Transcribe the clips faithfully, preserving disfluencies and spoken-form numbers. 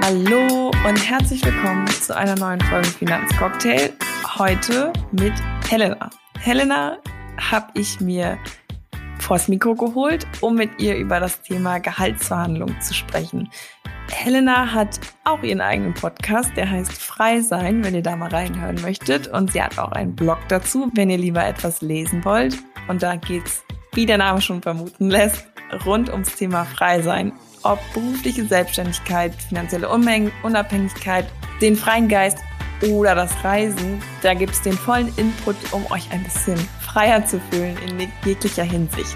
Hallo und herzlich willkommen zu einer neuen Folge Finanzcocktail. Heute mit Helena. Helena habe ich mir vors Mikro geholt, um mit ihr über das Thema Gehaltsverhandlung zu sprechen. Helena hat auch ihren eigenen Podcast, der heißt Frei sein, wenn ihr da mal reinhören möchtet. Und sie hat auch einen Blog dazu, wenn ihr lieber etwas lesen wollt. Und da geht's, wie der Name schon vermuten lässt, rund ums Thema Frei sein. Ob berufliche Selbstständigkeit, finanzielle Unabhängigkeit, den freien Geist oder das Reisen. Da gibt's den vollen Input, um euch ein bisschen freier zu fühlen in jeglicher Hinsicht.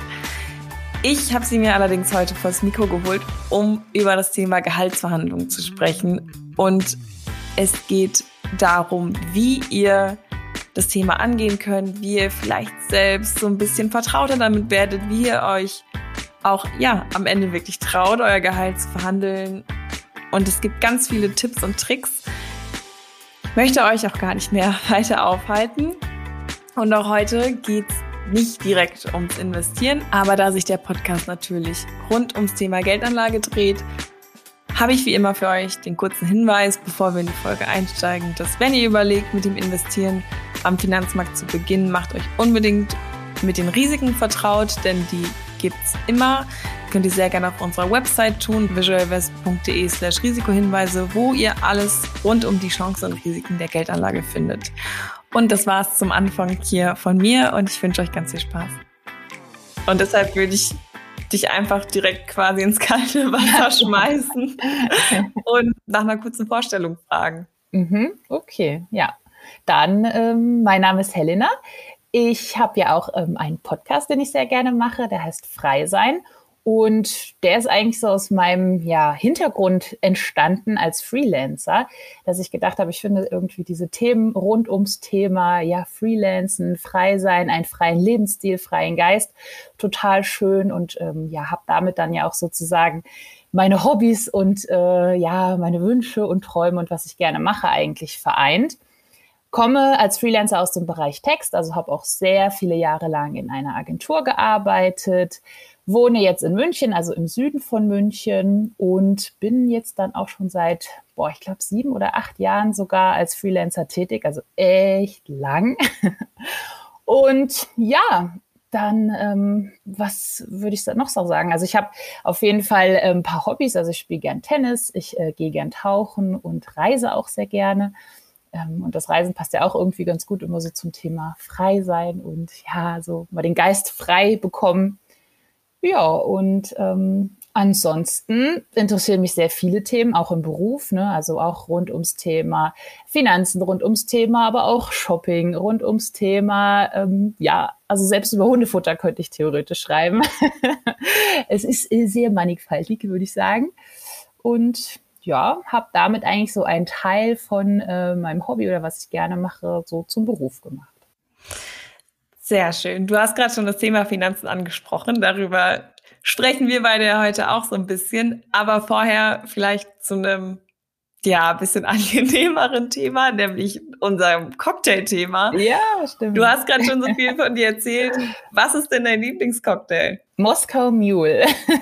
Ich habe sie mir allerdings heute vors Mikro geholt, um über das Thema Gehaltsverhandlungen zu sprechen. Und es geht darum, wie ihr das Thema angehen könnt, wie ihr vielleicht selbst so ein bisschen vertrauter damit werdet, wie ihr euch auch ja am Ende wirklich traut, euer Gehalt zu verhandeln. Und es gibt ganz viele Tipps und Tricks. Ich möchte euch auch gar nicht mehr weiter aufhalten. Und auch heute geht's nicht direkt ums Investieren, aber da sich der Podcast natürlich rund ums Thema Geldanlage dreht, habe ich wie immer für euch den kurzen Hinweis, bevor wir in die Folge einsteigen, dass wenn ihr überlegt, mit dem Investieren am Finanzmarkt zu beginnen, macht euch unbedingt mit den Risiken vertraut, denn die gibt's immer. Könnt ihr sehr gerne auf unserer Website tun, visualvest.de slash Risikohinweise, wo ihr alles rund um die Chancen und Risiken der Geldanlage findet. Und das war's zum Anfang hier von mir und ich wünsche euch ganz viel Spaß. Und deshalb würde ich dich einfach direkt quasi ins kalte Wasser schmeißen und nach einer kurzen Vorstellung fragen. Mhm, okay, ja. Dann, ähm, mein Name ist Helena. Ich habe ja auch ähm, einen Podcast, den ich sehr gerne mache, der heißt Frei sein. Und der ist eigentlich so aus meinem ja, Hintergrund entstanden als Freelancer, dass ich gedacht habe, ich finde irgendwie diese Themen rund ums Thema ja Freelancen, frei sein, einen freien Lebensstil, freien Geist total schön und ähm, ja, habe damit dann ja auch sozusagen meine Hobbys und äh, ja meine Wünsche und Träume und was ich gerne mache eigentlich vereint. Komme als Freelancer aus dem Bereich Text, also habe auch sehr viele Jahre lang in einer Agentur gearbeitet, wohne jetzt in München, also im Süden von München und bin jetzt dann auch schon seit, boah, ich glaube sieben oder acht Jahren sogar als Freelancer tätig, also echt lang. Und ja, dann, ähm, was würde ich noch so sagen? Also ich habe auf jeden Fall ein paar Hobbys, also ich spiele gern Tennis, ich äh, gehe gern tauchen und reise auch sehr gerne. Und das Reisen passt ja auch irgendwie ganz gut immer so zum Thema frei sein und ja, so mal den Geist frei bekommen. Ja, und ähm, ansonsten interessieren mich sehr viele Themen, auch im Beruf, ne? Also auch rund ums Thema Finanzen, rund ums Thema, aber auch Shopping, rund ums Thema, ähm, ja, also selbst über Hundefutter könnte ich theoretisch schreiben. Es ist sehr mannigfaltig, würde ich sagen. Und ja, habe damit eigentlich so einen Teil von äh, meinem Hobby oder was ich gerne mache, so zum Beruf gemacht. Sehr schön. Du hast gerade schon das Thema Finanzen angesprochen. Darüber sprechen wir beide ja heute auch so ein bisschen. Aber vorher vielleicht zu einem ja bisschen angenehmeren Thema, nämlich unserem Cocktailthema. Ja, stimmt. Du hast gerade schon so viel von dir erzählt. Was ist denn dein Lieblingscocktail? Moskau Mule.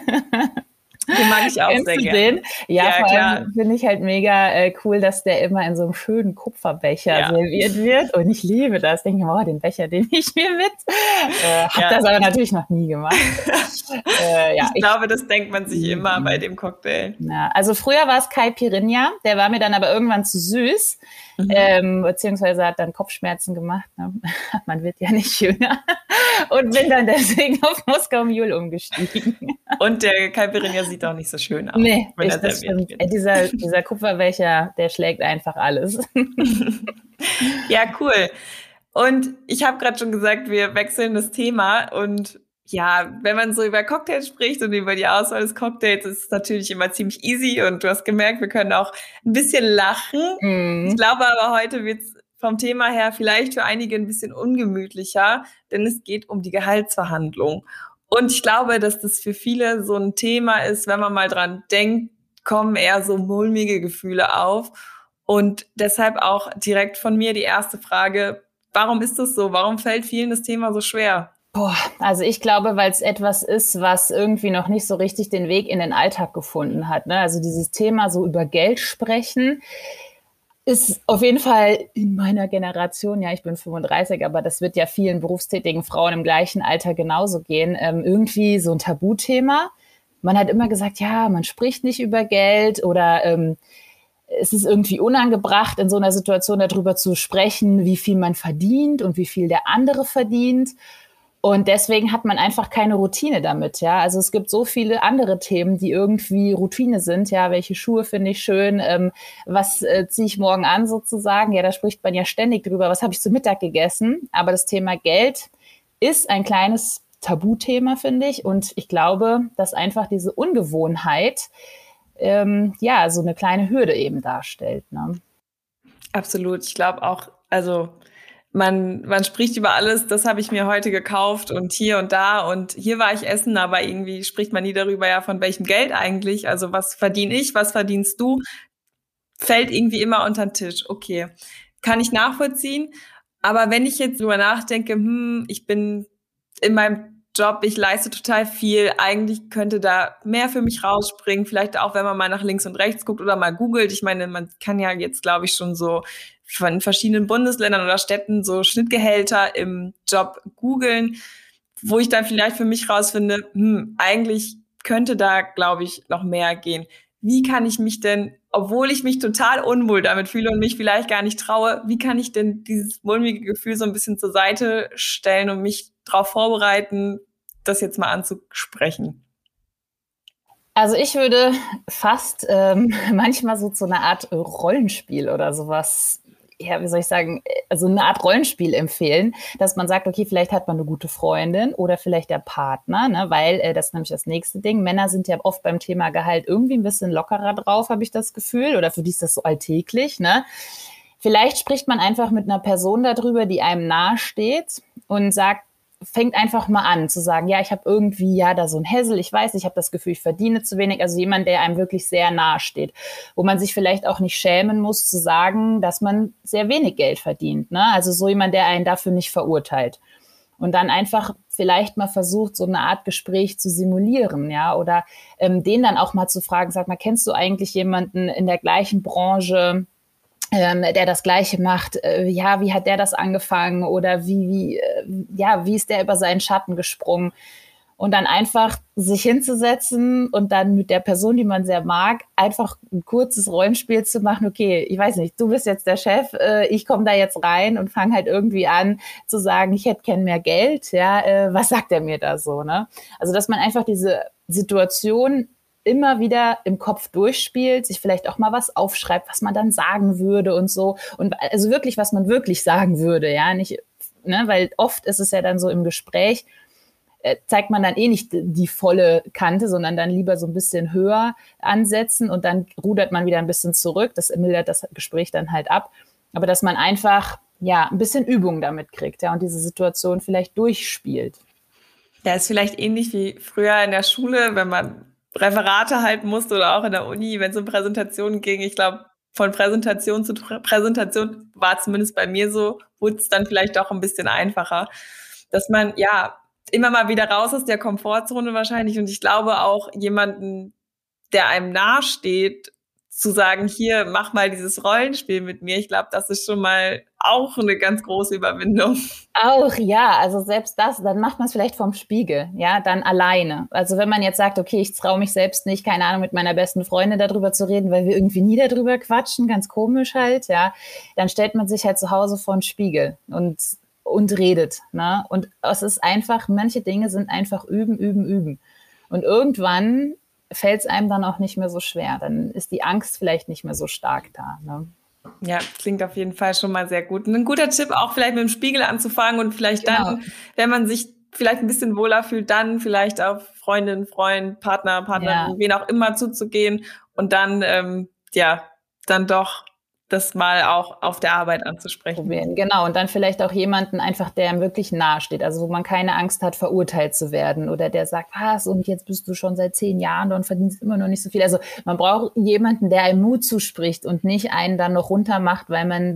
Den mag ich auch Kennst sehr du gerne. Den? Ja, ja, vor klar. allem finde ich halt mega äh, cool, dass der immer in so einem schönen Kupferbecher ja. serviert wird. Und ich liebe das. Denke ich mir, oh, den Becher, den ich mir mit. Äh, hab ja. das aber natürlich noch nie gemacht. äh, ja, ich, ich glaube, das denkt man sich immer bei dem Cocktail. Ja, also früher war es Caipirinha. Der war mir dann aber irgendwann zu süß. Mhm. Ähm, beziehungsweise hat dann Kopfschmerzen gemacht. Ne? Man wird ja nicht jünger. Und bin dann deswegen auf Moskau Mule umgestiegen. Und der Caipirinha sieht auch nicht so schön aus. Nee, wenn ich, das stimmt. Dieser, dieser Kupferbecher, der schlägt einfach alles. Ja, cool. Und ich habe gerade schon gesagt, wir wechseln das Thema. Und ja, wenn man so über Cocktails spricht und über die Auswahl des Cocktails, ist es natürlich immer ziemlich easy. Und du hast gemerkt, wir können auch ein bisschen lachen. Mm. Ich glaube aber, heute wird es vom Thema her vielleicht für einige ein bisschen ungemütlicher, denn es geht um die Gehaltsverhandlung. Und ich glaube, dass das für viele so ein Thema ist, wenn man mal dran denkt, kommen eher so mulmige Gefühle auf. Und deshalb auch direkt von mir die erste Frage, warum ist das so? Warum fällt vielen das Thema so schwer? Boah, also ich glaube, weil es etwas ist, was irgendwie noch nicht so richtig den Weg in den Alltag gefunden hat. Ne? Also dieses Thema so über Geld sprechen ist auf jeden Fall in meiner Generation, ja, ich bin fünfunddreißig, aber das wird ja vielen berufstätigen Frauen im gleichen Alter genauso gehen, ähm, irgendwie so ein Tabuthema. Man hat immer gesagt, ja, man spricht nicht über Geld oder ähm, es ist irgendwie unangebracht, in so einer Situation darüber zu sprechen, wie viel man verdient und wie viel der andere verdient. Und deswegen hat man einfach keine Routine damit, ja. Also es gibt so viele andere Themen, die irgendwie Routine sind, ja. Welche Schuhe finde ich schön? Ähm, was äh, ziehe ich morgen an sozusagen? Ja, da spricht man ja ständig drüber. Was habe ich zu Mittag gegessen? Aber das Thema Geld ist ein kleines Tabuthema, finde ich. Und ich glaube, dass einfach diese Ungewohnheit ähm, ja so eine kleine Hürde eben darstellt. Ne? Absolut. Ich glaube auch, also man, man spricht über alles, das habe ich mir heute gekauft und hier und da und hier war ich essen, aber irgendwie spricht man nie darüber, ja, von welchem Geld eigentlich, also was verdiene ich, was verdienst du, fällt irgendwie immer unter den Tisch. Okay, kann ich nachvollziehen, aber wenn ich jetzt drüber nachdenke, hm, ich bin in meinem Job, ich leiste total viel, eigentlich könnte da mehr für mich rausspringen, vielleicht auch, wenn man mal nach links und rechts guckt oder mal googelt. Ich meine, man kann ja jetzt, glaube ich, schon so von verschiedenen Bundesländern oder Städten so Schnittgehälter im Job googeln, wo ich dann vielleicht für mich rausfinde, hm, eigentlich könnte da, glaube ich, noch mehr gehen. Wie kann ich mich denn, obwohl ich mich total unwohl damit fühle und mich vielleicht gar nicht traue, wie kann ich denn dieses mulmige Gefühl so ein bisschen zur Seite stellen und mich darauf vorbereiten, das jetzt mal anzusprechen? Also ich würde fast ähm, manchmal so zu einer Art Rollenspiel oder sowas, ja, wie soll ich sagen, also eine Art Rollenspiel empfehlen, dass man sagt, okay, vielleicht hat man eine gute Freundin oder vielleicht der Partner, ne, weil äh, das ist nämlich das nächste Ding. Männer sind ja oft beim Thema Gehalt irgendwie ein bisschen lockerer drauf, habe ich das Gefühl, oder für die ist das so alltäglich, ne? Vielleicht spricht man einfach mit einer Person darüber, die einem nahe steht und sagt, fängt einfach mal an zu sagen, ja, ich habe irgendwie ja da so ein Hässel, ich weiß, ich habe das Gefühl, ich verdiene zu wenig, also jemand, der einem wirklich sehr nahe steht, wo man sich vielleicht auch nicht schämen muss zu sagen, dass man sehr wenig Geld verdient, ne? Also so jemand, der einen dafür nicht verurteilt. Und dann einfach vielleicht mal versucht, so eine Art Gespräch zu simulieren, ja, oder ähm, den dann auch mal zu fragen, sag mal, kennst du eigentlich jemanden in der gleichen Branche, ähm, der das Gleiche macht, äh, ja, wie hat der das angefangen oder wie, wie, äh, ja, wie ist der über seinen Schatten gesprungen? Und dann einfach sich hinzusetzen und dann mit der Person, die man sehr mag, einfach ein kurzes Rollenspiel zu machen. Okay, ich weiß nicht, du bist jetzt der Chef, äh, ich komme da jetzt rein und fange halt irgendwie an zu sagen, ich hätte gern mehr Geld, ja, äh, was sagt er mir da so, ne? Also, dass man einfach diese Situation immer wieder im Kopf durchspielt, sich vielleicht auch mal was aufschreibt, was man dann sagen würde und so. Und also wirklich, was man wirklich sagen würde, ja, nicht, ne, weil oft ist es ja dann so im Gespräch, äh, zeigt man dann eh nicht die volle Kante, sondern dann lieber so ein bisschen höher ansetzen und dann rudert man wieder ein bisschen zurück. Das mildert das Gespräch dann halt ab. Aber dass man einfach, ja, ein bisschen Übung damit kriegt, ja, und diese Situation vielleicht durchspielt. Ja, ist vielleicht ähnlich wie früher in der Schule, wenn man Referate halten musste oder auch in der Uni, wenn es um Präsentationen ging. Ich glaube, von Präsentation zu Präsentation war zumindest bei mir so, wurde es dann vielleicht auch ein bisschen einfacher, dass man ja immer mal wieder raus aus der Komfortzone wahrscheinlich. Und ich glaube auch jemanden, der einem nahesteht, zu sagen, hier, mach mal dieses Rollenspiel mit mir. Ich glaube, das ist schon mal auch eine ganz große Überwindung. Auch, ja, also selbst das, dann macht man es vielleicht vom Spiegel, ja, dann alleine. Also wenn man jetzt sagt, okay, ich traue mich selbst nicht, keine Ahnung, mit meiner besten Freundin darüber zu reden, weil wir irgendwie nie darüber quatschen, ganz komisch halt, ja, dann stellt man sich halt zu Hause vor den Spiegel und, und redet, ne? Und es ist einfach, manche Dinge sind einfach üben, üben, üben. Und irgendwann fällt es einem dann auch nicht mehr so schwer. Dann ist die Angst vielleicht nicht mehr so stark da, ne? Ja, klingt auf jeden Fall schon mal sehr gut. Und ein guter Tipp, auch vielleicht mit dem Spiegel anzufangen und vielleicht genau. dann, wenn man sich vielleicht ein bisschen wohler fühlt, dann vielleicht auf Freundin, Freund, Partner, Partnerin, ja. wen auch immer zuzugehen und dann, ähm, ja, dann doch das mal auch auf der Arbeit anzusprechen. Probieren. Genau, und dann vielleicht auch jemanden einfach, der ihm wirklich nahe steht, also wo man keine Angst hat, verurteilt zu werden oder der sagt, was, und jetzt bist du schon seit zehn Jahren und verdienst immer noch nicht so viel. Also man braucht jemanden, der einem Mut zuspricht und nicht einen dann noch runtermacht, weil man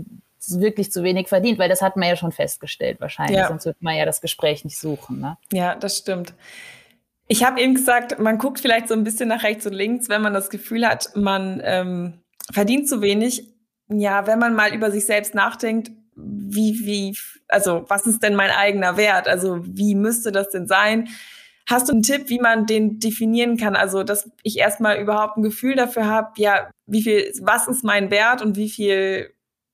wirklich zu wenig verdient, weil das hat man ja schon festgestellt wahrscheinlich, ja. Sonst wird man ja das Gespräch nicht suchen. Ne? Ja, das stimmt. Ich habe eben gesagt, man guckt vielleicht so ein bisschen nach rechts und links, wenn man das Gefühl hat, man ähm, verdient zu wenig. Ja, wenn man mal über sich selbst nachdenkt, wie, wie, also was ist denn mein eigener Wert? Also wie müsste das denn sein? Hast du einen Tipp, wie man den definieren kann? Also, dass ich erstmal überhaupt ein Gefühl dafür habe, ja, wie viel, was ist mein Wert und wie viel,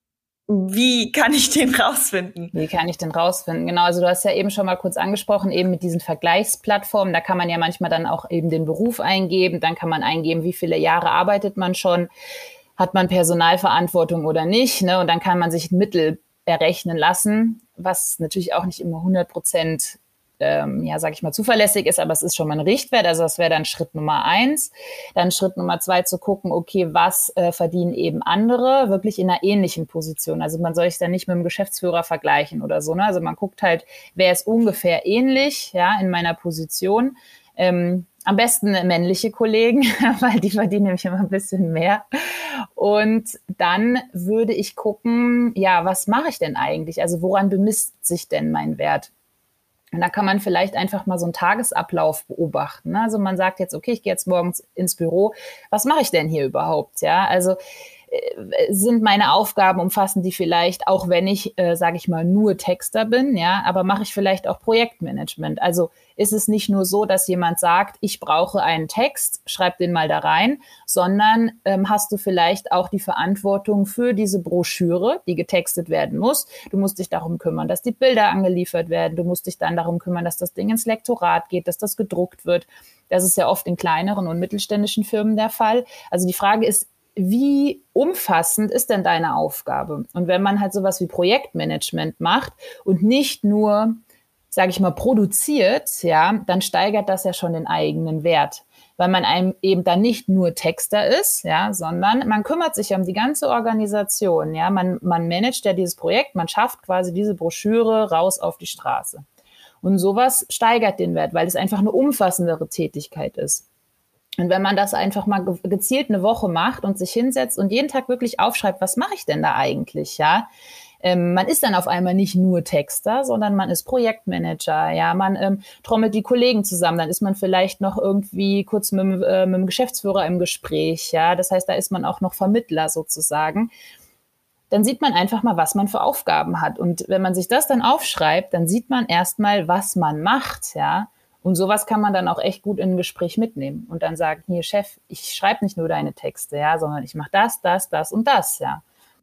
wie kann ich den rausfinden? Wie kann ich den rausfinden? Genau, also du hast ja eben schon mal kurz angesprochen, eben mit diesen Vergleichsplattformen, da kann man ja manchmal dann auch eben den Beruf eingeben, dann kann man eingeben, wie viele Jahre arbeitet man schon, hat man Personalverantwortung oder nicht, ne? Und dann kann man sich ein Mittel errechnen lassen, was natürlich auch nicht immer hundert Prozent Ähm, ja, sag ich mal, zuverlässig ist, aber es ist schon mal ein Richtwert, also das wäre dann Schritt Nummer eins. Dann Schritt Nummer zwei zu gucken, okay, was äh, verdienen eben andere, wirklich in einer ähnlichen Position. Also man soll sich dann nicht mit dem Geschäftsführer vergleichen oder so, ne? Also man guckt halt, wer ist ungefähr ähnlich, ja, in meiner Position. Ähm, am besten männliche Kollegen, weil die verdienen nämlich immer ein bisschen mehr. Und dann würde ich gucken, ja, was mache ich denn eigentlich? Also woran bemisst sich denn mein Wert? Und da kann man vielleicht einfach mal so einen Tagesablauf beobachten. Also man sagt jetzt, okay, ich gehe jetzt morgens ins Büro. Was mache ich denn hier überhaupt? Ja, also äh, sind meine Aufgaben, umfassen die vielleicht, auch wenn ich, äh, sage ich mal, nur Texter bin, ja, aber mache ich vielleicht auch Projektmanagement? Also ist es nicht nur so, dass jemand sagt, ich brauche einen Text, schreib den mal da rein, sondern ähm, hast du vielleicht auch die Verantwortung für diese Broschüre, die getextet werden muss. Du musst dich darum kümmern, dass die Bilder angeliefert werden. Du musst dich dann darum kümmern, dass das Ding ins Lektorat geht, dass das gedruckt wird. Das ist ja oft in kleineren und mittelständischen Firmen der Fall. Also die Frage ist, wie umfassend ist denn deine Aufgabe? Und wenn man halt sowas wie Projektmanagement macht und nicht nur, sage ich mal, produziert, ja, dann steigert das ja schon den eigenen Wert, weil man einem eben dann nicht nur Texter ist, ja, sondern man kümmert sich um die ganze Organisation, ja, man, man managt ja dieses Projekt, man schafft quasi diese Broschüre raus auf die Straße. Und sowas steigert den Wert, weil es einfach eine umfassendere Tätigkeit ist. Und wenn man das einfach mal gezielt eine Woche macht und sich hinsetzt und jeden Tag wirklich aufschreibt, was mache ich denn da eigentlich, ja? Ähm, man ist dann auf einmal nicht nur Texter, sondern man ist Projektmanager, ja, man ähm, trommelt die Kollegen zusammen, dann ist man vielleicht noch irgendwie kurz mit, äh, mit dem Geschäftsführer im Gespräch, ja, das heißt, da ist man auch noch Vermittler sozusagen. Dann sieht man einfach mal, was man für Aufgaben hat. Und wenn man sich das dann aufschreibt, dann sieht man erstmal, was man macht, ja. Und sowas kann man dann auch echt gut in ein Gespräch mitnehmen und dann sagen, hier Chef, ich schreibe nicht nur deine Texte, ja, sondern ich mache das, das, das und das, ja.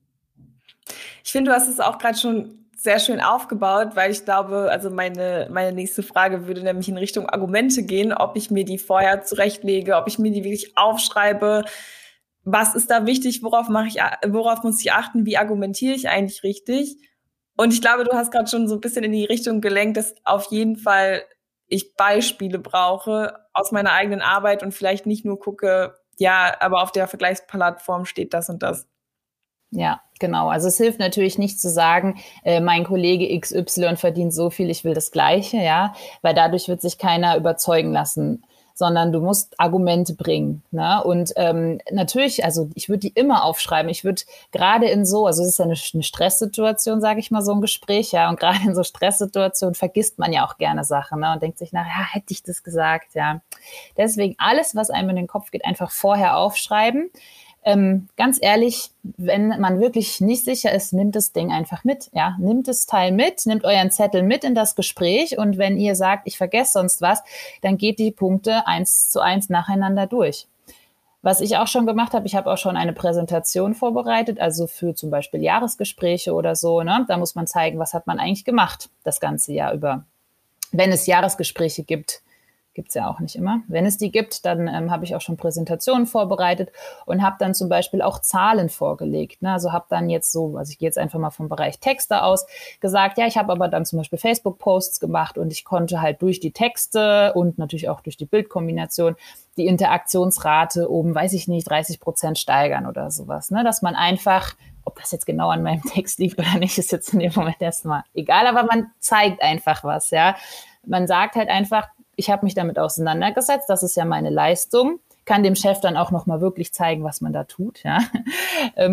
Ich finde, du hast es auch gerade schon sehr schön aufgebaut, weil ich glaube, also meine, meine nächste Frage würde nämlich in Richtung Argumente gehen, ob ich mir die vorher zurechtlege, ob ich mir die wirklich aufschreibe. Was ist da wichtig? Worauf mache ich, worauf muss ich achten? Wie argumentiere ich eigentlich richtig? Und ich glaube, du hast gerade schon so ein bisschen in die Richtung gelenkt, dass auf jeden Fall ich Beispiele brauche aus meiner eigenen Arbeit und vielleicht nicht nur gucke, ja, aber auf der Vergleichsplattform steht das und das. Ja, genau. Also es hilft natürlich nicht zu sagen, äh, mein Kollege X Y verdient so viel, ich will das Gleiche, ja, weil dadurch wird sich keiner überzeugen lassen, sondern du musst Argumente bringen, ne? Und ähm, natürlich, also ich würde die immer aufschreiben. Ich würde gerade in so, also es ist ja eine, eine Stresssituation, sage ich mal, so ein Gespräch, ja, und gerade in so Stresssituationen vergisst man ja auch gerne Sachen, ne? Und denkt sich nach, ja, hätte ich das gesagt, ja. Deswegen alles, was einem in den Kopf geht, einfach vorher aufschreiben. Ähm, ganz ehrlich, wenn man wirklich nicht sicher ist, nimmt das Ding einfach mit, ja, nimmt das Teil mit, nimmt euren Zettel mit in das Gespräch und wenn ihr sagt, ich vergesse sonst was, dann geht die Punkte eins zu eins nacheinander durch. Was ich auch schon gemacht habe, ich habe auch schon eine Präsentation vorbereitet, also für zum Beispiel Jahresgespräche oder so, ne, da muss man zeigen, was hat man eigentlich gemacht das ganze Jahr über. Wenn es Jahresgespräche gibt, gibt's ja auch nicht immer. Wenn es die gibt, dann ähm, habe ich auch schon Präsentationen vorbereitet und habe dann zum Beispiel auch Zahlen vorgelegt. Ne? Also habe dann jetzt so, also ich gehe jetzt einfach mal vom Bereich Texte aus, gesagt, ja, ich habe aber dann zum Beispiel Facebook-Posts gemacht und ich konnte halt durch die Texte und natürlich auch durch die Bildkombination die Interaktionsrate um, weiß ich nicht, dreißig Prozent steigern oder sowas. Ne? Dass man einfach, ob das jetzt genau an meinem Text liegt oder nicht, ist jetzt in dem Moment erstmal egal, aber man zeigt einfach was, ja. Man sagt halt einfach, ich habe mich damit auseinandergesetzt, das ist ja meine Leistung, kann dem Chef dann auch nochmal wirklich zeigen, was man da tut, ja.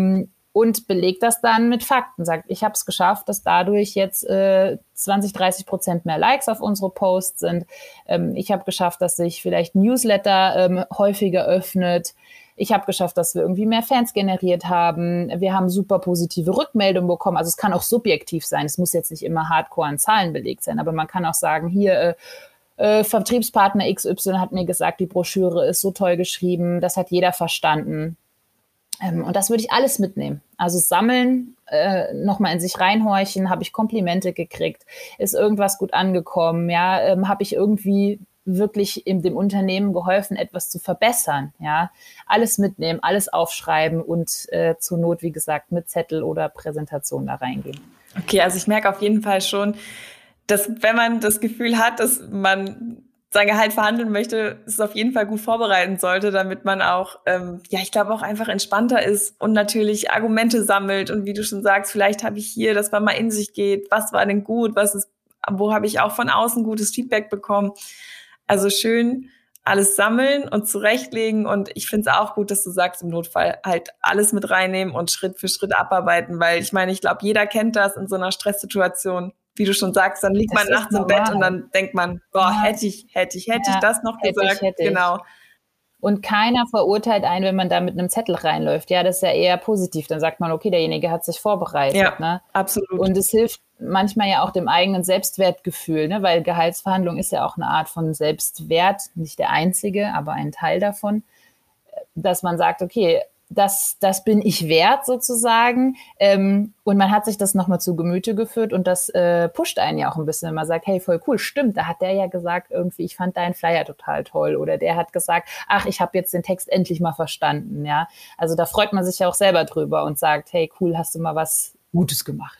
und belegt das dann mit Fakten. Sagt, ich habe es geschafft, dass dadurch jetzt äh, zwanzig, dreißig Prozent mehr Likes auf unsere Posts sind. Ähm, ich habe geschafft, dass sich vielleicht Newsletter ähm, häufiger öffnet. Ich habe geschafft, dass wir irgendwie mehr Fans generiert haben. Wir haben super positive Rückmeldungen bekommen. Also es kann auch subjektiv sein. Es muss jetzt nicht immer hardcore an Zahlen belegt sein, aber man kann auch sagen, hier äh, äh, Vertriebspartner X Y hat mir gesagt, die Broschüre ist so toll geschrieben, das hat jeder verstanden. Ähm, und das würde ich alles mitnehmen. Also sammeln, äh, nochmal in sich reinhorchen, habe ich Komplimente gekriegt, ist irgendwas gut angekommen, ja, ähm, habe ich irgendwie wirklich in dem Unternehmen geholfen, etwas zu verbessern, ja, alles mitnehmen, alles aufschreiben und äh, zur Not, wie gesagt, mit Zettel oder Präsentation da reingehen. Okay, also ich merke auf jeden Fall schon, dass wenn man das Gefühl hat, dass man sein Gehalt verhandeln möchte, es auf jeden Fall gut vorbereiten sollte, damit man auch, ähm, ja, ich glaube auch einfach entspannter ist und natürlich Argumente sammelt und wie du schon sagst, vielleicht habe ich hier, dass man mal in sich geht, was war denn gut, was ist, wo habe ich auch von außen gutes Feedback bekommen. Also schön alles sammeln und zurechtlegen und ich finde es auch gut, dass du sagst, im Notfall halt alles mit reinnehmen und Schritt für Schritt abarbeiten, weil ich meine, ich glaube, jeder kennt das in so einer Stresssituation. Wie du schon sagst, dann liegt das man nachts im Bett und dann denkt man, boah, ja. hätte ich, hätte ich, hätte ja, ich das noch hätte gesagt. Ich, hätte genau. Ich. Und keiner verurteilt einen, wenn man da mit einem Zettel reinläuft. Ja, das ist ja eher positiv. Dann sagt man, okay, derjenige hat sich vorbereitet. Ja, ne? absolut. Und es hilft manchmal ja auch dem eigenen Selbstwertgefühl, ne? Weil Gehaltsverhandlung ist ja auch eine Art von Selbstwert, nicht der einzige, aber ein Teil davon, dass man sagt, okay, das, das bin ich wert sozusagen. Ähm, und man hat sich das nochmal zu Gemüte geführt und das äh, pusht einen ja auch ein bisschen, wenn man sagt, hey, voll cool, stimmt, da hat der ja gesagt, irgendwie, ich fand deinen Flyer total toll. Oder der hat gesagt, ach, ich habe jetzt den Text endlich mal verstanden. Ja, also da freut man sich ja auch selber drüber und sagt, hey, cool, hast du mal was Gutes gemacht.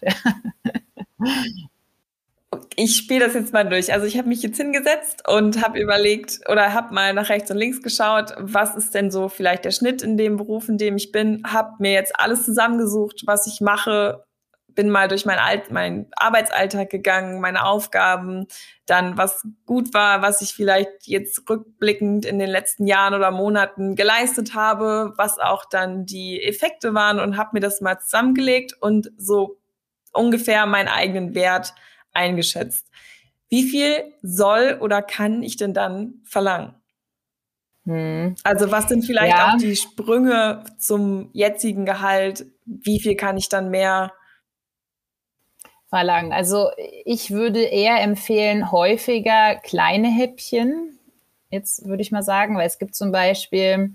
Ich spiele das jetzt mal durch. Also ich habe mich jetzt hingesetzt und habe überlegt oder habe mal nach rechts und links geschaut, was ist denn so vielleicht der Schnitt in dem Beruf, in dem ich bin. Habe mir jetzt alles zusammengesucht, was ich mache. Bin mal durch mein, Alt, mein Arbeitsalltag gegangen, meine Aufgaben, dann was gut war, was ich vielleicht jetzt rückblickend in den letzten Jahren oder Monaten geleistet habe, was auch dann die Effekte waren und habe mir das mal zusammengelegt und so ungefähr meinen eigenen Wert eingeschätzt. Wie viel soll oder kann ich denn dann verlangen? Hm. Also was sind vielleicht ja. auch die Sprünge zum jetzigen Gehalt? Wie viel kann ich dann mehr verlangen? Also ich würde eher empfehlen, häufiger kleine Häppchen, jetzt würde ich mal sagen, weil es gibt zum Beispiel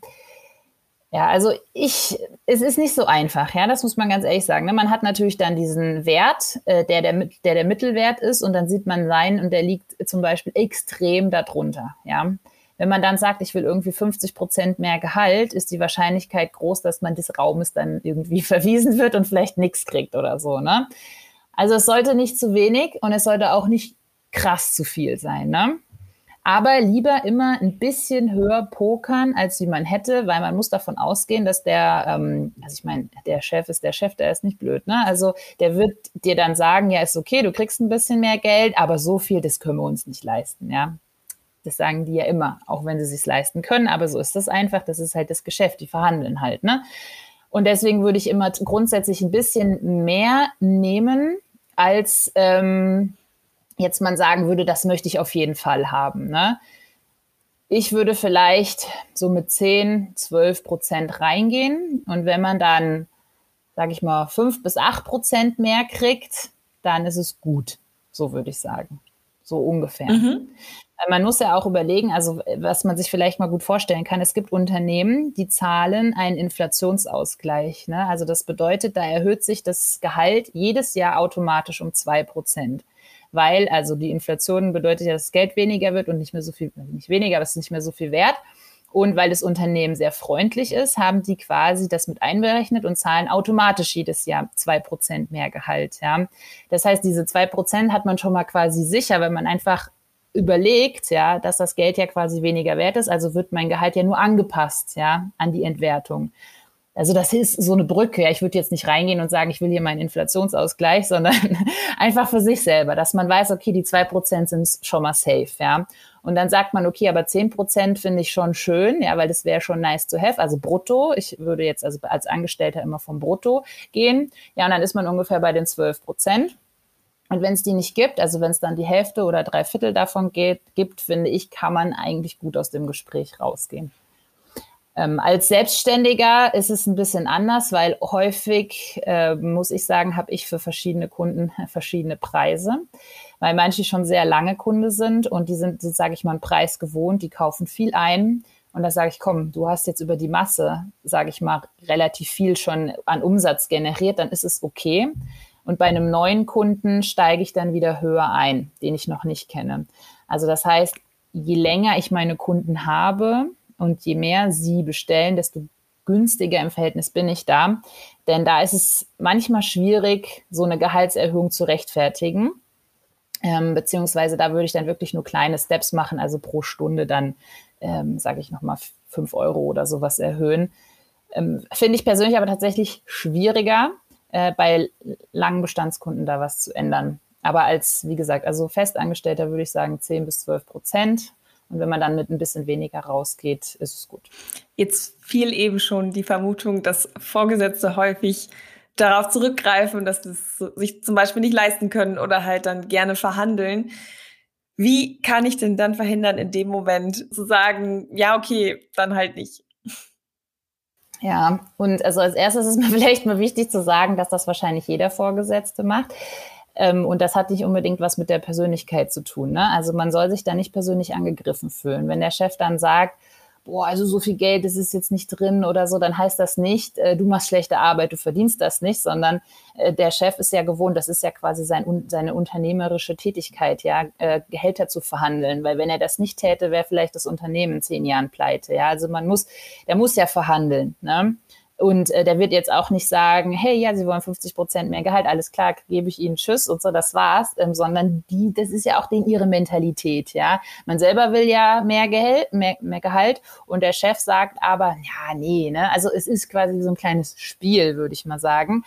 Ja, also ich, es ist nicht so einfach, ja, das muss man ganz ehrlich sagen. Ne? Man hat natürlich dann diesen Wert, äh, der, der, der der Mittelwert ist und dann sieht man seinen und der liegt zum Beispiel extrem darunter, ja. Wenn man dann sagt, ich will irgendwie fünfzig Prozent mehr Gehalt, ist die Wahrscheinlichkeit groß, dass man des Raumes dann irgendwie verwiesen wird und vielleicht nichts kriegt oder so, ne. Also es sollte nicht zu wenig und es sollte auch nicht krass zu viel sein, ne. Aber lieber immer ein bisschen höher pokern, als wie man hätte, weil man muss davon ausgehen, dass der, ähm, also ich meine, der Chef ist der Chef, der ist nicht blöd, ne? Also der wird dir dann sagen, ja, ist okay, du kriegst ein bisschen mehr Geld, aber so viel, das können wir uns nicht leisten, ja. Das sagen die ja immer, auch wenn sie es sich leisten können, aber so ist das einfach, das ist halt das Geschäft, die verhandeln halt, ne? Und deswegen würde ich immer grundsätzlich ein bisschen mehr nehmen, als ähm, jetzt man sagen würde, das möchte ich auf jeden Fall haben, ne? Ich würde vielleicht so mit zehn, zwölf Prozent reingehen und wenn man dann, sage ich mal, fünf bis acht Prozent mehr kriegt, dann ist es gut, so würde ich sagen, so ungefähr. Mhm. Man muss ja auch überlegen, also was man sich vielleicht mal gut vorstellen kann, es gibt Unternehmen, die zahlen einen Inflationsausgleich, ne? Also das bedeutet, da erhöht sich das Gehalt jedes Jahr automatisch um zwei Prozent. Weil, also die Inflation bedeutet ja, dass das Geld weniger wird und nicht mehr so viel, nicht weniger, aber es ist nicht mehr so viel wert. Und weil das Unternehmen sehr freundlich ist, haben die quasi das mit einberechnet und zahlen automatisch jedes Jahr zwei Prozent mehr Gehalt. Ja. Das heißt, diese zwei Prozent hat man schon mal quasi sicher, wenn man einfach überlegt, ja, dass das Geld ja quasi weniger wert ist. Also wird mein Gehalt ja nur angepasst, ja, an die Entwertung. Also das ist so eine Brücke. Ja. Ich würde jetzt nicht reingehen und sagen, ich will hier meinen Inflationsausgleich, sondern einfach für sich selber, dass man weiß, okay, die zwei Prozent sind schon mal safe. Ja. Und dann sagt man, okay, aber zehn Prozent finde ich schon schön, ja, weil das wäre schon nice to have, also brutto. Ich würde jetzt also als Angestellter immer vom Brutto gehen. Ja, und dann ist man ungefähr bei den zwölf Prozent. Und wenn es die nicht gibt, also wenn es dann die Hälfte oder drei Viertel davon geht, gibt, finde ich, kann man eigentlich gut aus dem Gespräch rausgehen. Ähm, als Selbstständiger ist es ein bisschen anders, weil häufig, äh, muss ich sagen, habe ich für verschiedene Kunden verschiedene Preise, weil manche schon sehr lange Kunde sind und die sind, sage ich mal, einen Preis gewohnt, die kaufen viel ein. Und da sage ich, komm, du hast jetzt über die Masse, sage ich mal, relativ viel schon an Umsatz generiert, dann ist es okay. Und bei einem neuen Kunden steige ich dann wieder höher ein, den ich noch nicht kenne. Also das heißt, je länger ich meine Kunden habe und je mehr sie bestellen, desto günstiger im Verhältnis bin ich da. Denn da ist es manchmal schwierig, so eine Gehaltserhöhung zu rechtfertigen. Ähm, beziehungsweise da würde ich dann wirklich nur kleine Steps machen, also pro Stunde dann, ähm, sage ich nochmal, fünf Euro oder sowas erhöhen. Ähm, finde ich persönlich aber tatsächlich schwieriger, äh, bei langen Bestandskunden da was zu ändern. Aber als, wie gesagt, also Festangestellter würde ich sagen zehn bis zwölf Prozent. Und wenn man dann mit ein bisschen weniger rausgeht, ist es gut. Jetzt fiel eben schon die Vermutung, dass Vorgesetzte häufig darauf zurückgreifen, dass sie es sich zum Beispiel nicht leisten können oder halt dann gerne verhandeln. Wie kann ich denn dann verhindern, in dem Moment zu sagen, ja, okay, dann halt nicht? Ja, und also als erstes ist mir vielleicht mal wichtig zu sagen, dass das wahrscheinlich jeder Vorgesetzte macht. Und das hat nicht unbedingt was mit der Persönlichkeit zu tun, ne? Also man soll sich da nicht persönlich angegriffen fühlen. Wenn der Chef dann sagt, boah, also so viel Geld, das ist jetzt nicht drin oder so, dann heißt das nicht, äh, du machst schlechte Arbeit, du verdienst das nicht, sondern äh, der Chef ist ja gewohnt, das ist ja quasi sein, seine unternehmerische Tätigkeit, ja, äh, Gehälter zu verhandeln, weil wenn er das nicht täte, wäre vielleicht das Unternehmen in zehn Jahren pleite, ja, also man muss, der muss ja verhandeln, ne? Und äh, der wird jetzt auch nicht sagen, hey, ja, Sie wollen fünfzig Prozent mehr Gehalt, alles klar, gebe ich Ihnen Tschüss und so, das war's, ähm, sondern die, das ist ja auch denen ihre Mentalität, ja. Man selber will ja mehr Gehalt, mehr, mehr Gehalt und der Chef sagt aber, ja, nee, ne, also es ist quasi so ein kleines Spiel, würde ich mal sagen.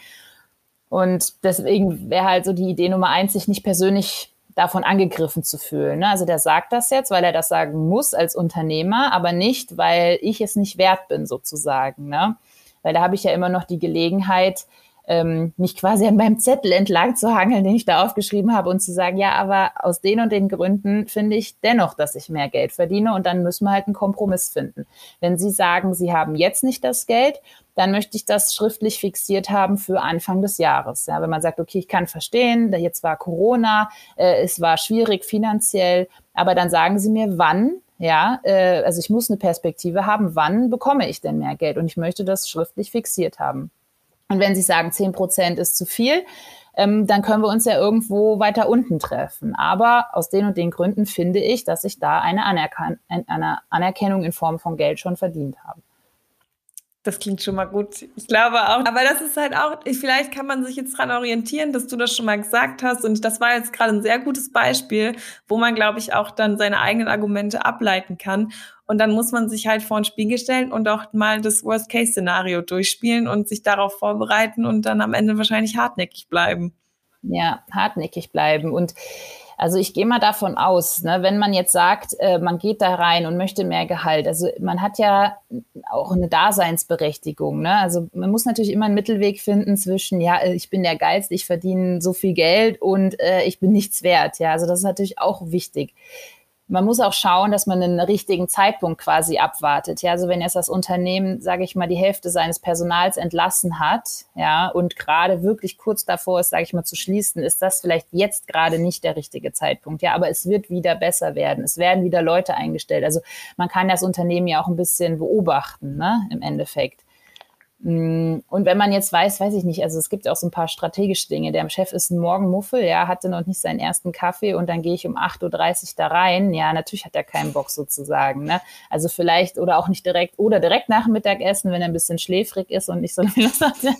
Und deswegen wäre halt so die Idee Nummer eins, sich nicht persönlich davon angegriffen zu fühlen. Also der sagt das jetzt, weil er das sagen muss als Unternehmer, aber nicht, weil ich es nicht wert bin, sozusagen, ne? Weil da habe ich ja immer noch die Gelegenheit, ähm, mich quasi an meinem Zettel entlang zu hangeln, den ich da aufgeschrieben habe und zu sagen, ja, aber aus den und den Gründen finde ich dennoch, dass ich mehr Geld verdiene und dann müssen wir halt einen Kompromiss finden. Wenn Sie sagen, Sie haben jetzt nicht das Geld, dann möchte ich das schriftlich fixiert haben für Anfang des Jahres. Ja, wenn man sagt, okay, ich kann verstehen, jetzt war Corona, äh, es war schwierig finanziell, aber dann sagen Sie mir, wann. Ja, äh, also ich muss eine Perspektive haben, wann bekomme ich denn mehr Geld? Und ich möchte das schriftlich fixiert haben. Und wenn Sie sagen, zehn Prozent ist zu viel, ähm, dann können wir uns ja irgendwo weiter unten treffen. Aber aus den und den Gründen finde ich, dass ich da eine, Anerkan- eine Anerkennung in Form von Geld schon verdient habe. Das klingt schon mal gut. Ich glaube auch. Aber das ist halt auch, vielleicht kann man sich jetzt dran orientieren, dass du das schon mal gesagt hast. Und das war jetzt gerade ein sehr gutes Beispiel, wo man, glaube ich, auch dann seine eigenen Argumente ableiten kann. Und dann muss man sich halt vor den Spiegel stellen und auch mal das Worst-Case-Szenario durchspielen und sich darauf vorbereiten und dann am Ende wahrscheinlich hartnäckig bleiben. Ja, hartnäckig bleiben. Und also ich gehe mal davon aus, ne, wenn man jetzt sagt, äh, man geht da rein und möchte mehr Gehalt, also man hat ja auch eine Daseinsberechtigung, ne? Also man muss natürlich immer einen Mittelweg finden zwischen, ja, ich bin der Geilste, ich verdiene so viel Geld und äh, ich bin nichts wert, ja, also das ist natürlich auch wichtig. Man muss auch schauen, dass man einen richtigen Zeitpunkt quasi abwartet. Ja, also wenn jetzt das Unternehmen, sage ich mal, die Hälfte seines Personals entlassen hat, ja, und gerade wirklich kurz davor ist, sage ich mal, zu schließen, ist das vielleicht jetzt gerade nicht der richtige Zeitpunkt. Ja, aber es wird wieder besser werden. Es werden wieder Leute eingestellt. Also man kann das Unternehmen ja auch ein bisschen beobachten, ne, im Endeffekt. Und wenn man jetzt weiß, weiß ich nicht, also es gibt auch so ein paar strategische Dinge. Der Chef ist ein Morgenmuffel, ja, hatte noch nicht seinen ersten Kaffee und dann gehe ich um acht Uhr dreißig da rein. Ja, natürlich hat er keinen Bock sozusagen, ne? Also vielleicht oder auch nicht direkt oder direkt nach dem Mittagessen, wenn er ein bisschen schläfrig ist und nicht so eine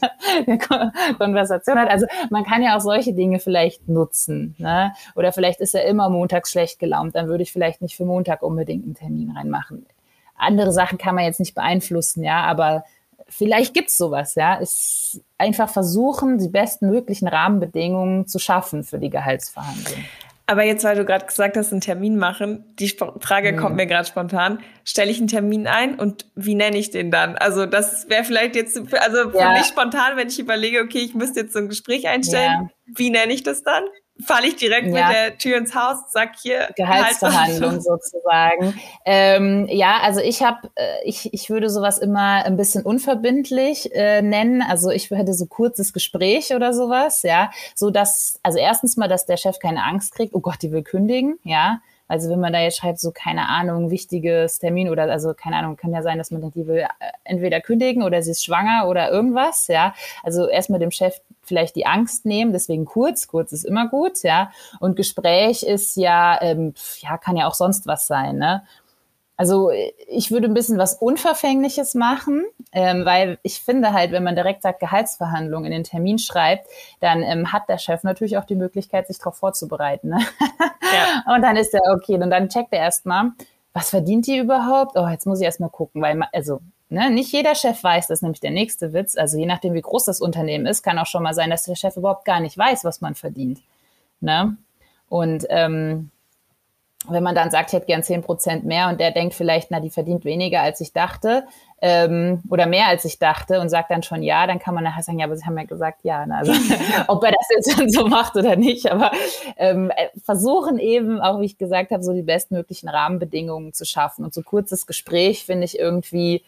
Konversation hat. Also man kann ja auch solche Dinge vielleicht nutzen, ne? Oder vielleicht ist er immer montags schlecht gelaunt, dann würde ich vielleicht nicht für Montag unbedingt einen Termin reinmachen. Andere Sachen kann man jetzt nicht beeinflussen, ja, aber vielleicht gibt's sowas, ja. Ist einfach versuchen, die bestmöglichen Rahmenbedingungen zu schaffen für die Gehaltsverhandlungen. Aber jetzt, weil du gerade gesagt hast, einen Termin machen, die Sp- Frage Hm. kommt mir gerade spontan. Stelle ich einen Termin ein und wie nenne ich den dann? Also das wäre vielleicht jetzt, für, also für Ja. mich spontan, wenn ich überlege, okay, ich müsste jetzt so ein Gespräch einstellen, Ja. wie nenne ich das dann? Falle ich direkt Ja. mit der Tür ins Haus, sag hier Gehaltsverhandlung sozusagen. Ähm, ja, also ich habe, äh, ich, ich würde sowas immer ein bisschen unverbindlich äh, nennen. Also ich hätte so kurzes Gespräch oder sowas, ja, so dass, also erstens mal, dass der Chef keine Angst kriegt. Oh Gott, die will kündigen, ja. Also wenn man da jetzt schreibt, so keine Ahnung, wichtiges Termin oder also keine Ahnung, kann ja sein, dass man dann die will entweder kündigen oder sie ist schwanger oder irgendwas, ja. Also erstmal dem Chef vielleicht die Angst nehmen, deswegen kurz, kurz ist immer gut, ja. Und Gespräch ist ja, ähm, ja, kann ja auch sonst was sein, ne? Also ich würde ein bisschen was Unverfängliches machen, ähm, weil ich finde halt, wenn man direkt sagt Gehaltsverhandlungen in den Termin schreibt, dann ähm, hat der Chef natürlich auch die Möglichkeit, sich darauf vorzubereiten. Ne? Ja. Und dann ist er okay, und dann checkt er erstmal, was verdient die überhaupt? Oh, jetzt muss ich erstmal gucken, weil man, also ne, nicht jeder Chef weiß, das ist nämlich der nächste Witz. Also je nachdem, wie groß das Unternehmen ist, kann auch schon mal sein, dass der Chef überhaupt gar nicht weiß, was man verdient. Ne? Und ähm, wenn man dann sagt, ich hätte gern zehn Prozent mehr und der denkt vielleicht, na, die verdient weniger, als ich dachte, ähm, oder mehr, als ich dachte und sagt dann schon ja, dann kann man nachher sagen, ja, aber sie haben ja gesagt ja. Ne? Also, ob er das jetzt dann so macht oder nicht, aber ähm, versuchen eben, auch wie ich gesagt habe, so die bestmöglichen Rahmenbedingungen zu schaffen. Und so kurzes Gespräch finde ich irgendwie...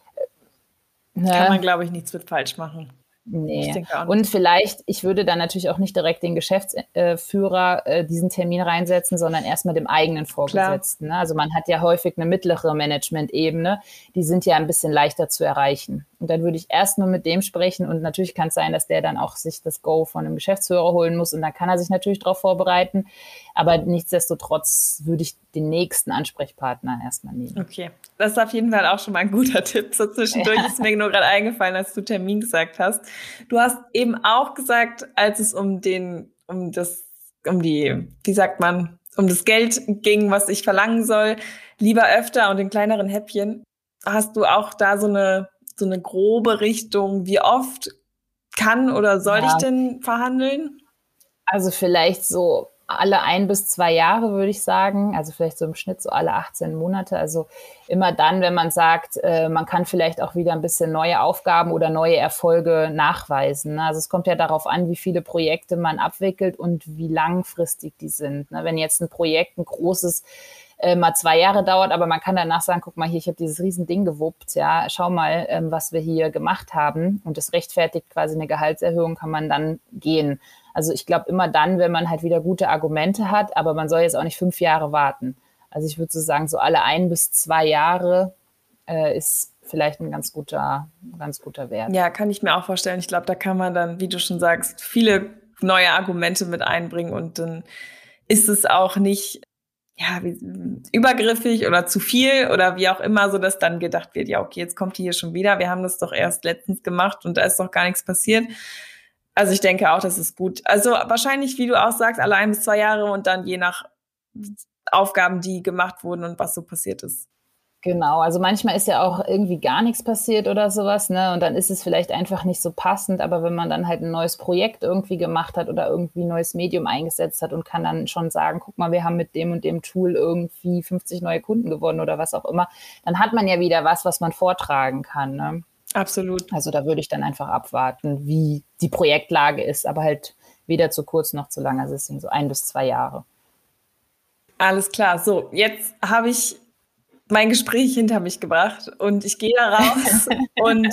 Ne? Kann man, glaube ich, nichts mit falsch machen. Nee. Und vielleicht, ich würde dann natürlich auch nicht direkt den Geschäftsführer äh, diesen Termin reinsetzen, sondern erstmal dem eigenen Vorgesetzten. Ne? Also man hat ja häufig eine mittlere Management-Ebene, die sind ja ein bisschen leichter zu erreichen. Und dann würde ich erst nur mit dem sprechen und natürlich kann es sein, dass der dann auch sich das Go von einem Geschäftsführer holen muss und dann kann er sich natürlich darauf vorbereiten. Aber nichtsdestotrotz würde ich den nächsten Ansprechpartner erstmal nehmen. Okay, das ist auf jeden Fall auch schon mal ein guter Tipp. So zwischendurch ja. Ist mir nur gerade eingefallen, als du Termin gesagt hast. Du hast eben auch gesagt, als es um den, um das, um die, wie sagt man, um das Geld ging, was ich verlangen soll, lieber öfter und in kleineren Häppchen. Hast du auch da so eine, so eine grobe Richtung, wie oft kann oder soll ja. ich denn verhandeln? Also vielleicht so alle ein bis zwei Jahre, würde ich sagen. Also vielleicht so im Schnitt so alle achtzehn Monate. Also immer dann, wenn man sagt, äh, man kann vielleicht auch wieder ein bisschen neue Aufgaben oder neue Erfolge nachweisen. Ne? Also es kommt ja darauf an, wie viele Projekte man abwickelt und wie langfristig die sind. Ne? Wenn jetzt ein Projekt, ein großes, äh, mal zwei Jahre dauert, aber man kann danach sagen, guck mal hier, ich habe dieses riesen Ding gewuppt, ja, schau mal, ähm, was wir hier gemacht haben. Und das rechtfertigt quasi eine Gehaltserhöhung, kann man dann gehen. Also ich glaube immer dann, wenn man halt wieder gute Argumente hat, aber man soll jetzt auch nicht fünf Jahre warten. Also ich würde so sagen, so alle ein bis zwei Jahre äh, ist vielleicht ein ganz guter, ganz guter Wert. Ja, kann ich mir auch vorstellen. Ich glaube, da kann man dann, wie du schon sagst, viele neue Argumente mit einbringen und dann ist es auch nicht ja, wie, übergriffig oder zu viel oder wie auch immer, so dass dann gedacht wird, ja okay, jetzt kommt die hier schon wieder. Wir haben das doch erst letztens gemacht und da ist doch gar nichts passiert. Also ich denke auch, das ist gut. Also wahrscheinlich, wie du auch sagst, alle ein bis zwei Jahre und dann je nach Aufgaben, die gemacht wurden und was so passiert ist. Genau, also manchmal ist ja auch irgendwie gar nichts passiert oder sowas, ne? Und dann ist es vielleicht einfach nicht so passend, aber wenn man dann halt ein neues Projekt irgendwie gemacht hat oder irgendwie ein neues Medium eingesetzt hat und kann dann schon sagen, guck mal, wir haben mit dem und dem Tool irgendwie fünfzig neue Kunden gewonnen oder was auch immer, dann hat man ja wieder was, was man vortragen kann, ne? Absolut. Also da würde ich dann einfach abwarten, wie die Projektlage ist, aber halt weder zu kurz noch zu lang. Also deswegen so ein bis zwei Jahre. Alles klar. So, jetzt habe ich mein Gespräch hinter mich gebracht und ich gehe da raus und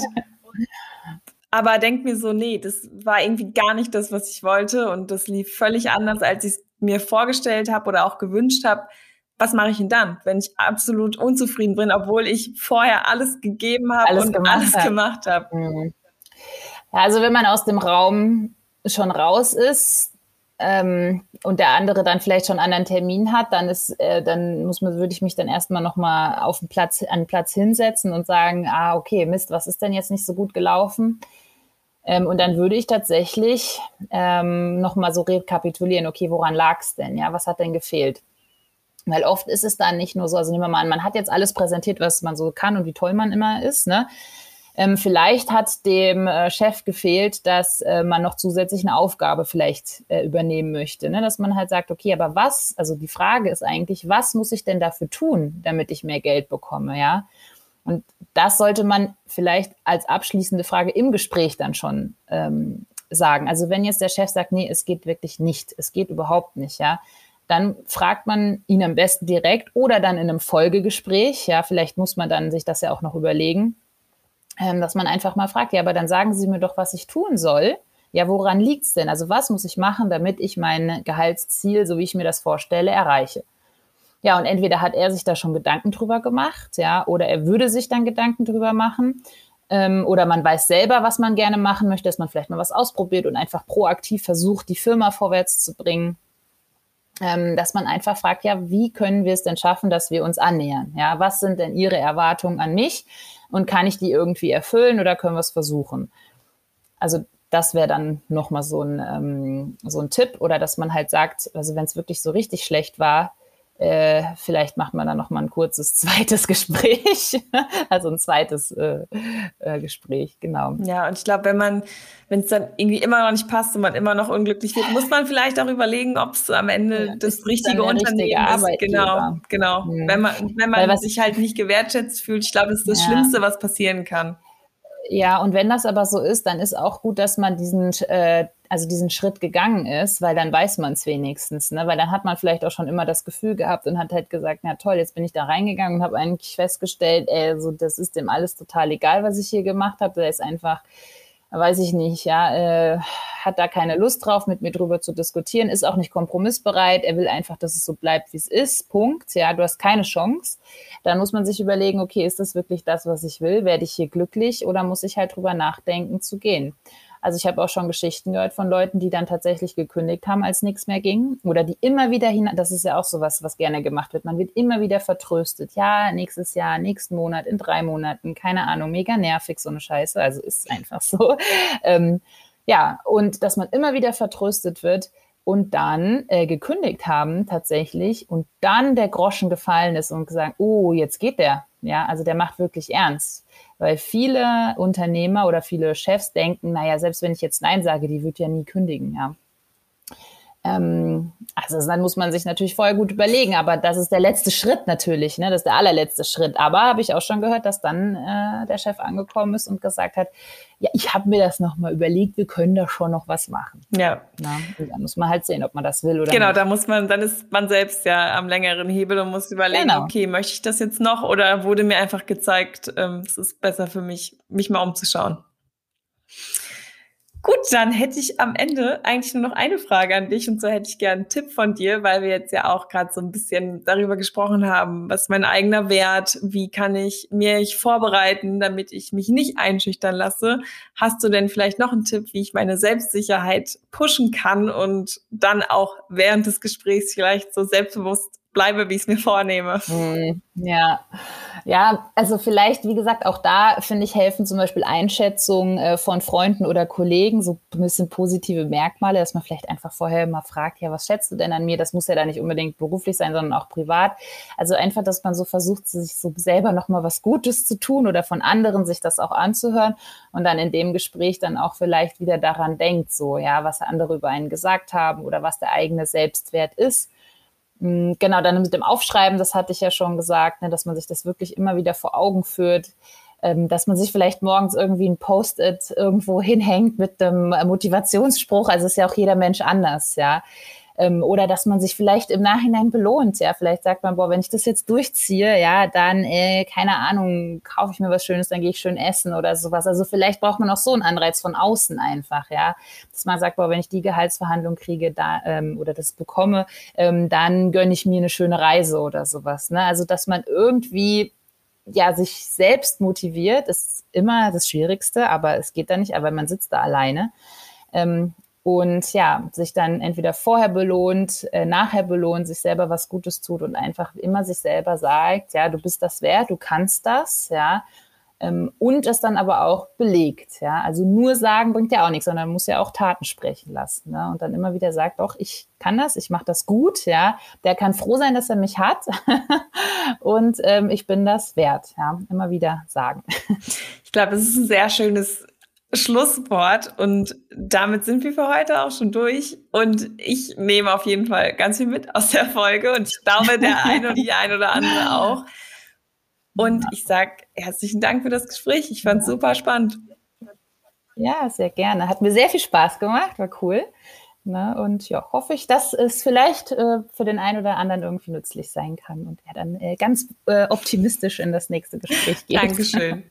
aber denke mir so, nee, das war irgendwie gar nicht das, was ich wollte und das lief völlig anders, als ich es mir vorgestellt habe oder auch gewünscht habe. Was mache ich denn dann, wenn ich absolut unzufrieden bin, obwohl ich vorher alles gegeben habe alles und gemacht alles hat. gemacht habe? Mhm. Ja, also wenn man aus dem Raum schon raus ist ähm, und der andere dann vielleicht schon einen anderen Termin hat, dann ist, äh, dann muss man, würde ich mich dann erstmal nochmal auf den Platz, an den Platz hinsetzen und sagen, ah, okay, Mist, was ist denn jetzt nicht so gut gelaufen? Ähm, und dann würde ich tatsächlich ähm, nochmal so rekapitulieren, okay, woran lag es denn? Ja, was hat denn gefehlt? Weil oft ist es dann nicht nur so, also nehmen wir mal an, man hat jetzt alles präsentiert, was man so kann und wie toll man immer ist, ne? Ähm, vielleicht hat dem äh, Chef gefehlt, dass äh, man noch zusätzlich eine Aufgabe vielleicht äh, übernehmen möchte, ne? Dass man halt sagt, okay, aber was, also die Frage ist eigentlich, was muss ich denn dafür tun, damit ich mehr Geld bekomme, ja? Und das sollte man vielleicht als abschließende Frage im Gespräch dann schon ähm, sagen. Also wenn jetzt der Chef sagt, nee, es geht wirklich nicht, es geht überhaupt nicht, ja, dann fragt man ihn am besten direkt oder dann in einem Folgegespräch, ja, vielleicht muss man dann sich das ja auch noch überlegen, ähm, dass man einfach mal fragt, ja, aber dann sagen Sie mir doch, was ich tun soll. Ja, woran liegt's denn? Also was muss ich machen, damit ich mein Gehaltsziel, so wie ich mir das vorstelle, erreiche? Ja, und entweder hat er sich da schon Gedanken drüber gemacht, ja, oder er würde sich dann Gedanken drüber machen, ähm, oder man weiß selber, was man gerne machen möchte, dass man vielleicht mal was ausprobiert und einfach proaktiv versucht, die Firma vorwärts zu bringen. Ähm, dass man einfach fragt, ja, wie können wir es denn schaffen, dass wir uns annähern? Ja, was sind denn Ihre Erwartungen an mich? Und kann ich die irgendwie erfüllen oder können wir es versuchen? Also das wäre dann nochmal so ein, ähm, so ein Tipp. Oder dass man halt sagt, also wenn es wirklich so richtig schlecht war, äh, vielleicht macht man dann nochmal ein kurzes zweites Gespräch. Also ein zweites äh, äh, Gespräch, genau. Ja, und ich glaube, wenn man, wenn es dann irgendwie immer noch nicht passt und man immer noch unglücklich wird, muss man vielleicht auch überlegen, ob es am Ende Ja, das ist richtige Unternehmen ist. Genau, genau. Hm. Wenn man, wenn man sich halt nicht gewertschätzt fühlt, ich glaube, das ist das Ja. Schlimmste, was passieren kann. Ja, und wenn das aber so ist, dann ist auch gut, dass man diesen, äh, also diesen Schritt gegangen ist, weil dann weiß man es wenigstens, ne? Weil dann hat man vielleicht auch schon immer das Gefühl gehabt und hat halt gesagt, na toll, jetzt bin ich da reingegangen und habe eigentlich festgestellt, ey, so das ist dem alles total egal, was ich hier gemacht habe. Der ist einfach, weiß ich nicht, ja, äh, hat da keine Lust drauf, mit mir drüber zu diskutieren, ist auch nicht kompromissbereit, er will einfach, dass es so bleibt, wie es ist, Punkt, ja, du hast keine Chance. Dann muss man sich überlegen, okay, ist das wirklich das, was ich will? Werde ich hier glücklich oder muss ich halt drüber nachdenken, zu gehen? Also ich habe auch schon Geschichten gehört von Leuten, die dann tatsächlich gekündigt haben, als nichts mehr ging. Oder die immer wieder hin, das ist ja auch sowas, was gerne gemacht wird. Man wird immer wieder vertröstet. Ja, nächstes Jahr, nächsten Monat, in drei Monaten, keine Ahnung, mega nervig, so eine Scheiße. Also ist einfach so. Ähm, ja, und dass man immer wieder vertröstet wird und dann äh, gekündigt haben tatsächlich und dann der Groschen gefallen ist und gesagt, oh, jetzt geht der. Ja, also der macht wirklich ernst. Weil viele Unternehmer oder viele Chefs denken, naja, selbst wenn ich jetzt Nein sage, die wird ja nie kündigen, ja. Ähm, also dann muss man sich natürlich vorher gut überlegen, aber das ist der letzte Schritt natürlich, ne? Das ist der allerletzte Schritt. Aber habe ich auch schon gehört, dass dann äh, der Chef angekommen ist und gesagt hat, ja, ich habe mir das nochmal überlegt, wir können da schon noch was machen. Ja. Na, und dann muss man halt sehen, ob man das will oder genau, nicht. Genau, da muss man, dann ist man selbst ja am längeren Hebel und muss überlegen, Genau. okay, möchte ich das jetzt noch oder wurde mir einfach gezeigt, ähm, es ist besser für mich, mich mal umzuschauen. Gut, dann hätte ich am Ende eigentlich nur noch eine Frage an dich und so hätte ich gerne einen Tipp von dir, weil wir jetzt ja auch gerade so ein bisschen darüber gesprochen haben, was ist mein eigener Wert, wie kann ich mich vorbereiten, damit ich mich nicht einschüchtern lasse. Hast du denn vielleicht noch einen Tipp, wie ich meine Selbstsicherheit pushen kann und dann auch während des Gesprächs vielleicht so selbstbewusst bleibe, wie ich es mir vornehme? Hm, ja. Ja, also vielleicht, wie gesagt, auch da, finde ich, helfen zum Beispiel Einschätzungen äh, von Freunden oder Kollegen, so ein bisschen positive Merkmale, dass man vielleicht einfach vorher mal fragt, ja, was schätzt du denn an mir? Das muss ja da nicht unbedingt beruflich sein, sondern auch privat. Also einfach, dass man so versucht, sich so selber nochmal was Gutes zu tun oder von anderen sich das auch anzuhören und dann in dem Gespräch dann auch vielleicht wieder daran denkt, so, ja, was andere über einen gesagt haben oder was der eigene Selbstwert ist. Genau, dann mit dem Aufschreiben, das hatte ich ja schon gesagt, ne, dass man sich das wirklich immer wieder vor Augen führt, ähm, dass man sich vielleicht morgens irgendwie ein Post-it irgendwo hinhängt mit einem Motivationsspruch, also ist ja auch jeder Mensch anders, ja. Ähm, oder dass man sich vielleicht im Nachhinein belohnt, ja. Vielleicht sagt man, boah, wenn ich das jetzt durchziehe, ja, dann, äh, keine Ahnung, kaufe ich mir was Schönes, dann gehe ich schön essen oder sowas. Also vielleicht braucht man auch so einen Anreiz von außen einfach, ja. Dass man sagt, boah, wenn ich die Gehaltsverhandlung kriege da, ähm, oder das bekomme, ähm, dann gönne ich mir eine schöne Reise oder sowas, ne. Also, dass man irgendwie, ja, sich selbst motiviert, ist immer das Schwierigste, aber es geht da nicht, aber man sitzt da alleine. Ähm, Und ja, sich dann entweder vorher belohnt, äh, nachher belohnt, sich selber was Gutes tut und einfach immer sich selber sagt, ja, du bist das wert, du kannst das, ja, ähm, und es dann aber auch belegt, ja. Also nur sagen bringt ja auch nichts, sondern man muss ja auch Taten sprechen lassen, ne? Und dann immer wieder sagt, doch, ich kann das, ich mache das gut, ja. Der kann froh sein, dass er mich hat und ähm, ich bin das wert, ja. Immer wieder sagen. Ich glaube, es ist ein sehr schönes Schlusswort und damit sind wir für heute auch schon durch und ich nehme auf jeden Fall ganz viel mit aus der Folge und ich glaube, der eine und die ein oder andere auch. Und ich sage herzlichen Dank für das Gespräch. Ich fand es super spannend. Ja, sehr gerne. Hat mir sehr viel Spaß gemacht, war cool. Ne? Und ja, hoffe ich, dass es vielleicht äh, für den einen oder anderen irgendwie nützlich sein kann und er dann äh, ganz äh, optimistisch in das nächste Gespräch geht. Dankeschön.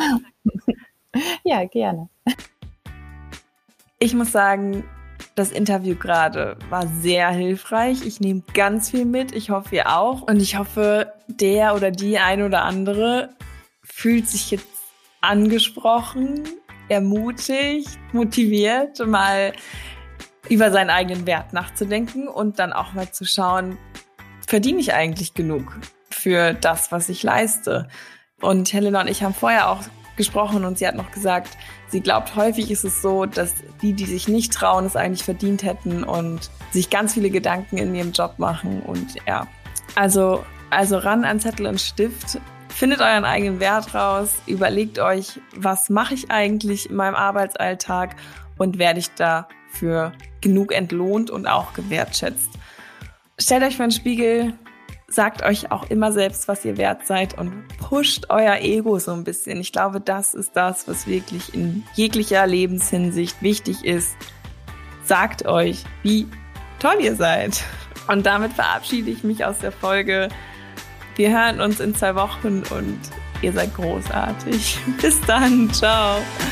Ja, gerne. Ich muss sagen, das Interview gerade war sehr hilfreich. Ich nehme ganz viel mit. Ich hoffe, ihr auch. Und ich hoffe, der oder die ein oder andere fühlt sich jetzt angesprochen, ermutigt, motiviert, mal über seinen eigenen Wert nachzudenken und dann auch mal zu schauen, verdiene ich eigentlich genug für das, was ich leiste? Und Helena und ich haben vorher auch gesprochen und sie hat noch gesagt, sie glaubt, häufig ist es so, dass die, die sich nicht trauen, es eigentlich verdient hätten und sich ganz viele Gedanken in ihrem Job machen. Und ja, also, also ran an Zettel und Stift, findet euren eigenen Wert raus, überlegt euch, was mache ich eigentlich in meinem Arbeitsalltag und werde ich dafür genug entlohnt und auch gewertschätzt. Stellt euch vor den Spiegel, sagt euch auch immer selbst, was ihr wert seid und pusht euer Ego so ein bisschen. Ich glaube, das ist das, was wirklich in jeglicher Lebenshinsicht wichtig ist. Sagt euch, wie toll ihr seid. Und damit verabschiede ich mich aus der Folge. Wir hören uns in zwei Wochen und ihr seid großartig. Bis dann. Ciao.